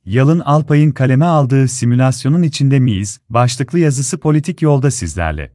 Yalın Alpay'ın kaleme aldığı Simülasyonun içinde miyiz? Başlıklı yazısı politik yolda sizlerle.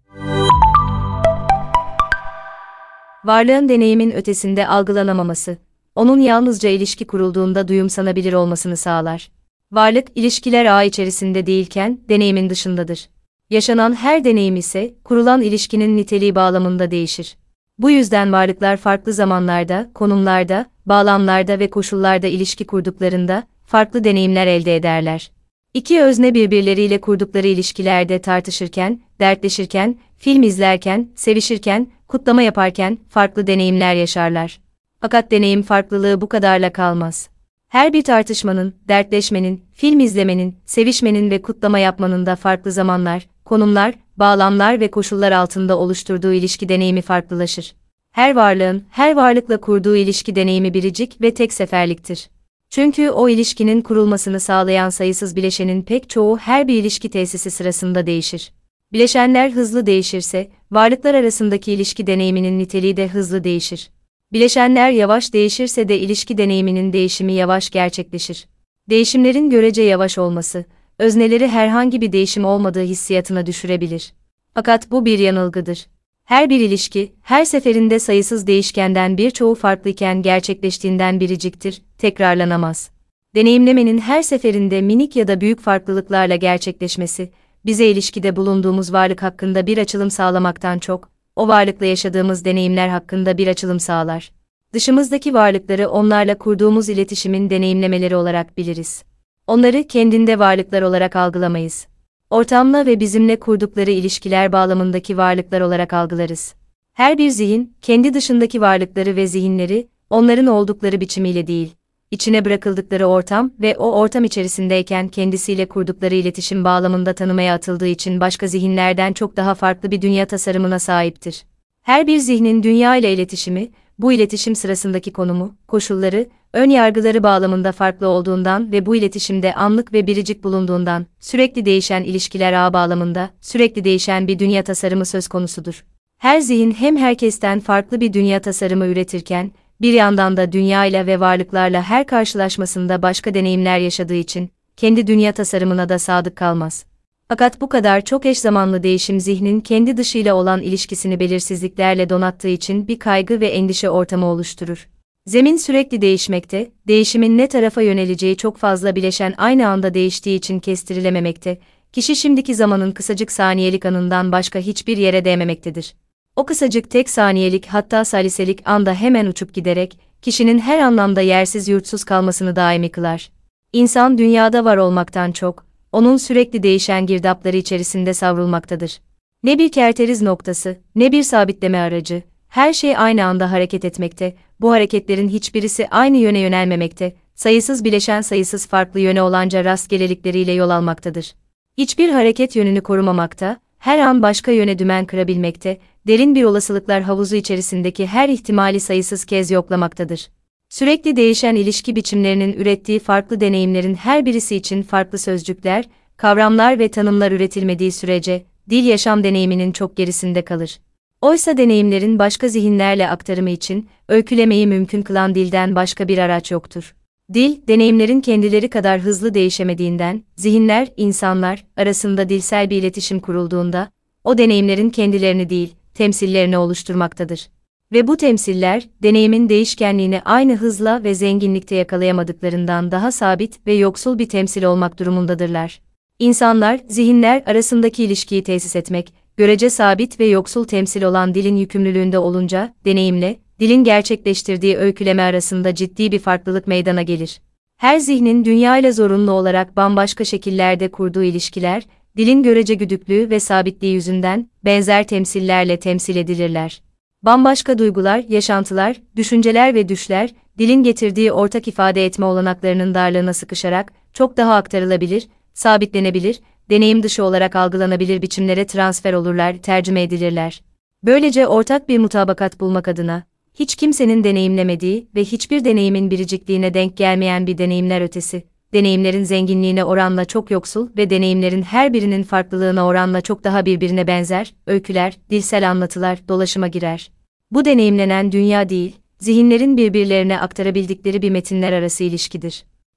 Varlığın deneyimin ötesinde algılanamaması, onun yalnızca ilişki kurulduğunda duyumsanabilir olmasını sağlar. Varlık, ilişkiler ağı içerisinde değilken, deneyimin dışındadır. Yaşanan her deneyim ise, kurulan ilişkinin niteliği bağlamında değişir. Bu yüzden varlıklar farklı zamanlarda, konumlarda, bağlamlarda ve koşullarda ilişki kurduklarında, farklı deneyimler elde ederler. İki özne birbirleriyle kurdukları ilişkilerde tartışırken, dertleşirken, film izlerken, sevişirken, kutlama yaparken farklı deneyimler yaşarlar. Fakat deneyim farklılığı bu kadarla kalmaz. Her bir tartışmanın, dertleşmenin, film izlemenin, sevişmenin ve kutlama yapmanın da farklı zamanlar, konumlar, bağlamlar ve koşullar altında oluşturduğu ilişki deneyimi farklılaşır. Her varlığın, her varlıkla kurduğu ilişki deneyimi biricik ve tek seferliktir. Çünkü o ilişkinin kurulmasını sağlayan sayısız bileşenin pek çoğu her bir ilişki tesisi sırasında değişir. Bileşenler hızlı değişirse, varlıklar arasındaki ilişki deneyiminin niteliği de hızlı değişir. Bileşenler yavaş değişirse de ilişki deneyiminin değişimi yavaş gerçekleşir. Değişimlerin görece yavaş olması, özneleri herhangi bir değişim olmadığı hissiyatına düşürebilir. Fakat bu bir yanılgıdır. Her bir ilişki, her seferinde sayısız değişkenden birçoğu farklıyken gerçekleştiğinden biriciktir, tekrarlanamaz. Deneyimlemenin her seferinde minik ya da büyük farklılıklarla gerçekleşmesi, bize ilişkide bulunduğumuz varlık hakkında bir açılım sağlamaktan çok, o varlıkla yaşadığımız deneyimler hakkında bir açılım sağlar. Dışımızdaki varlıkları onlarla kurduğumuz iletişimin deneyimlemeleri olarak biliriz. Onları kendinde varlıklar olarak algılamayız. Ortamla ve bizimle kurdukları ilişkiler bağlamındaki varlıklar olarak algılarız. Her bir zihin, kendi dışındaki varlıkları ve zihinleri, onların oldukları biçimiyle değil, içine bırakıldıkları ortam ve o ortam içerisindeyken kendisiyle kurdukları iletişim bağlamında tanımaya atıldığı için başka zihinlerden çok daha farklı bir dünya tasarımına sahiptir. Her bir zihnin dünya ile iletişimi, bu iletişim sırasındaki konumu, koşulları, ön yargıları bağlamında farklı olduğundan ve bu iletişimde anlık ve biricik bulunduğundan, sürekli değişen ilişkiler ağı bağlamında, sürekli değişen bir dünya tasarımı söz konusudur. Her zihin hem herkesten farklı bir dünya tasarımı üretirken, bir yandan da dünyayla ve varlıklarla her karşılaşmasında başka deneyimler yaşadığı için, kendi dünya tasarımına da sadık kalmaz. Fakat bu kadar çok eş zamanlı değişim zihnin kendi dışıyla olan ilişkisini belirsizliklerle donattığı için bir kaygı ve endişe ortamı oluşturur. Zemin sürekli değişmekte, değişimin ne tarafa yöneleceği çok fazla bileşen aynı anda değiştiği için kestirilememekte, kişi şimdiki zamanın kısacık saniyelik anından başka hiçbir yere değmemektedir. O kısacık tek saniyelik hatta saliselik anda hemen uçup giderek, kişinin her anlamda yersiz yurtsuz kalmasını daimi kılar. İnsan dünyada var olmaktan çok, onun sürekli değişen girdapları içerisinde savrulmaktadır. Ne bir kerteriz noktası, ne bir sabitleme aracı, her şey aynı anda hareket etmekte, bu hareketlerin hiçbirisi aynı yöne yönelmemekte, sayısız bileşen sayısız farklı yöne olanca rastgelelikleriyle yol almaktadır. Hiçbir hareket yönünü korumamakta, her an başka yöne dümen kırabilmekte, derin bir olasılıklar havuzu içerisindeki her ihtimali sayısız kez yoklamaktadır. Sürekli değişen ilişki biçimlerinin ürettiği farklı deneyimlerin her birisi için farklı sözcükler, kavramlar ve tanımlar üretilmediği sürece, dil yaşam deneyiminin çok gerisinde kalır. Oysa deneyimlerin başka zihinlerle aktarımı için, öykülemeyi mümkün kılan dilden başka bir araç yoktur. Dil, deneyimlerin kendileri kadar hızlı değişemediğinden, zihinler, insanlar arasında dilsel bir iletişim kurulduğunda, o deneyimlerin kendilerini değil, temsillerini oluşturmaktadır. Ve bu temsiller, deneyimin değişkenliğini aynı hızla ve zenginlikte yakalayamadıklarından daha sabit ve yoksul bir temsil olmak durumundadırlar. İnsanlar, zihinler arasındaki ilişkiyi tesis etmek, görece sabit ve yoksul temsil olan dilin yükümlülüğünde olunca, deneyimle, dilin gerçekleştirdiği öyküleme arasında ciddi bir farklılık meydana gelir. Her zihnin dünyayla zorunlu olarak bambaşka şekillerde kurduğu ilişkiler, dilin görece güdüklüğü ve sabitliği yüzünden, benzer temsillerle temsil edilirler. Bambaşka duygular, yaşantılar, düşünceler ve düşler, dilin getirdiği ortak ifade etme olanaklarının darlığına sıkışarak, çok daha aktarılabilir, sabitlenebilir, deneyim dışı olarak algılanabilir biçimlere transfer olurlar, tercüme edilirler. Böylece ortak bir mutabakat bulmak adına, hiç kimsenin deneyimlemediği ve hiçbir deneyimin biricikliğine denk gelmeyen bir deneyimler ötesi, deneyimlerin zenginliğine oranla çok yoksul ve deneyimlerin her birinin farklılığına oranla çok daha birbirine benzer, öyküler, dilsel anlatılar dolaşıma girer. Bu deneyimlenen dünya değil, zihinlerin birbirlerine aktarabildikleri bir metinler arası ilişkidir.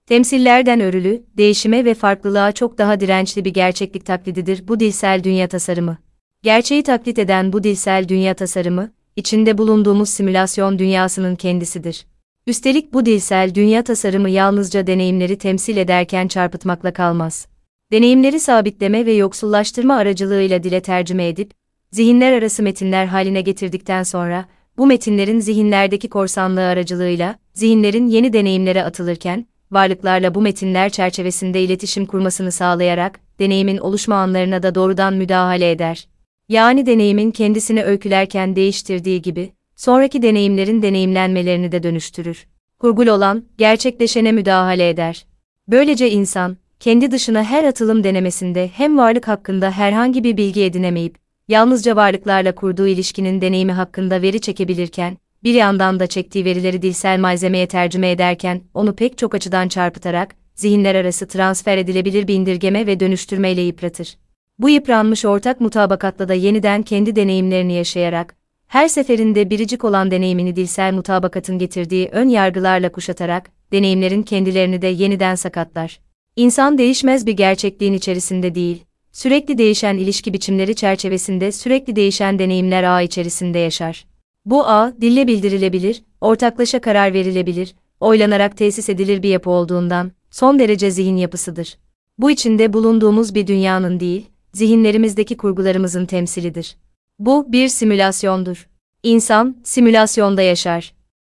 Temsillerden örülü, değişime ve farklılığa çok daha dirençli bir gerçeklik taklididir bu dilsel dünya tasarımı. Gerçeği taklit eden bu dilsel dünya tasarımı, içinde bulunduğumuz simülasyon dünyasının kendisidir. Üstelik bu dilsel dünya tasarımı yalnızca deneyimleri temsil ederken çarpıtmakla kalmaz. Deneyimleri sabitleme ve yoksullaştırma aracılığıyla dile tercüme edip, zihinler arası metinler haline getirdikten sonra, bu metinlerin zihinlerdeki korsanlığı aracılığıyla, zihinlerin yeni deneyimlere atılırken, varlıklarla bu metinler çerçevesinde iletişim kurmasını sağlayarak, deneyimin oluşma anlarına da doğrudan müdahale eder. Yani deneyimin kendisini öykülerken değiştirdiği gibi, sonraki deneyimlerin deneyimlenmelerini de dönüştürür. Kurgul olan, gerçekleşene müdahale eder. Böylece insan, kendi dışına her atılım denemesinde hem varlık hakkında herhangi bir bilgi edinemeyip, yalnızca varlıklarla kurduğu ilişkinin deneyimi hakkında veri çekebilirken, bir yandan da çektiği verileri dilsel malzemeye tercüme ederken, onu pek çok açıdan çarpıtarak, zihinler arası transfer edilebilir bir indirgeme ve dönüştürmeyle yıpratır. Bu yıpranmış ortak mutabakatla da yeniden kendi deneyimlerini yaşayarak, her seferinde biricik olan deneyimini dilsel mutabakatın getirdiği ön yargılarla kuşatarak, deneyimlerin kendilerini de yeniden sakatlar. İnsan değişmez bir gerçekliğin içerisinde değil, sürekli değişen ilişki biçimleri çerçevesinde sürekli değişen deneyimler ağı içerisinde yaşar. Bu ağ, dille bildirilebilir, ortaklaşa karar verilebilir, oylanarak tesis edilir bir yapı olduğundan, son derece zihin yapısıdır. Bu içinde bulunduğumuz bir dünyanın değil, zihinlerimizdeki kurgularımızın temsilidir. Bu, bir simülasyondur. İnsan, simülasyonda yaşar.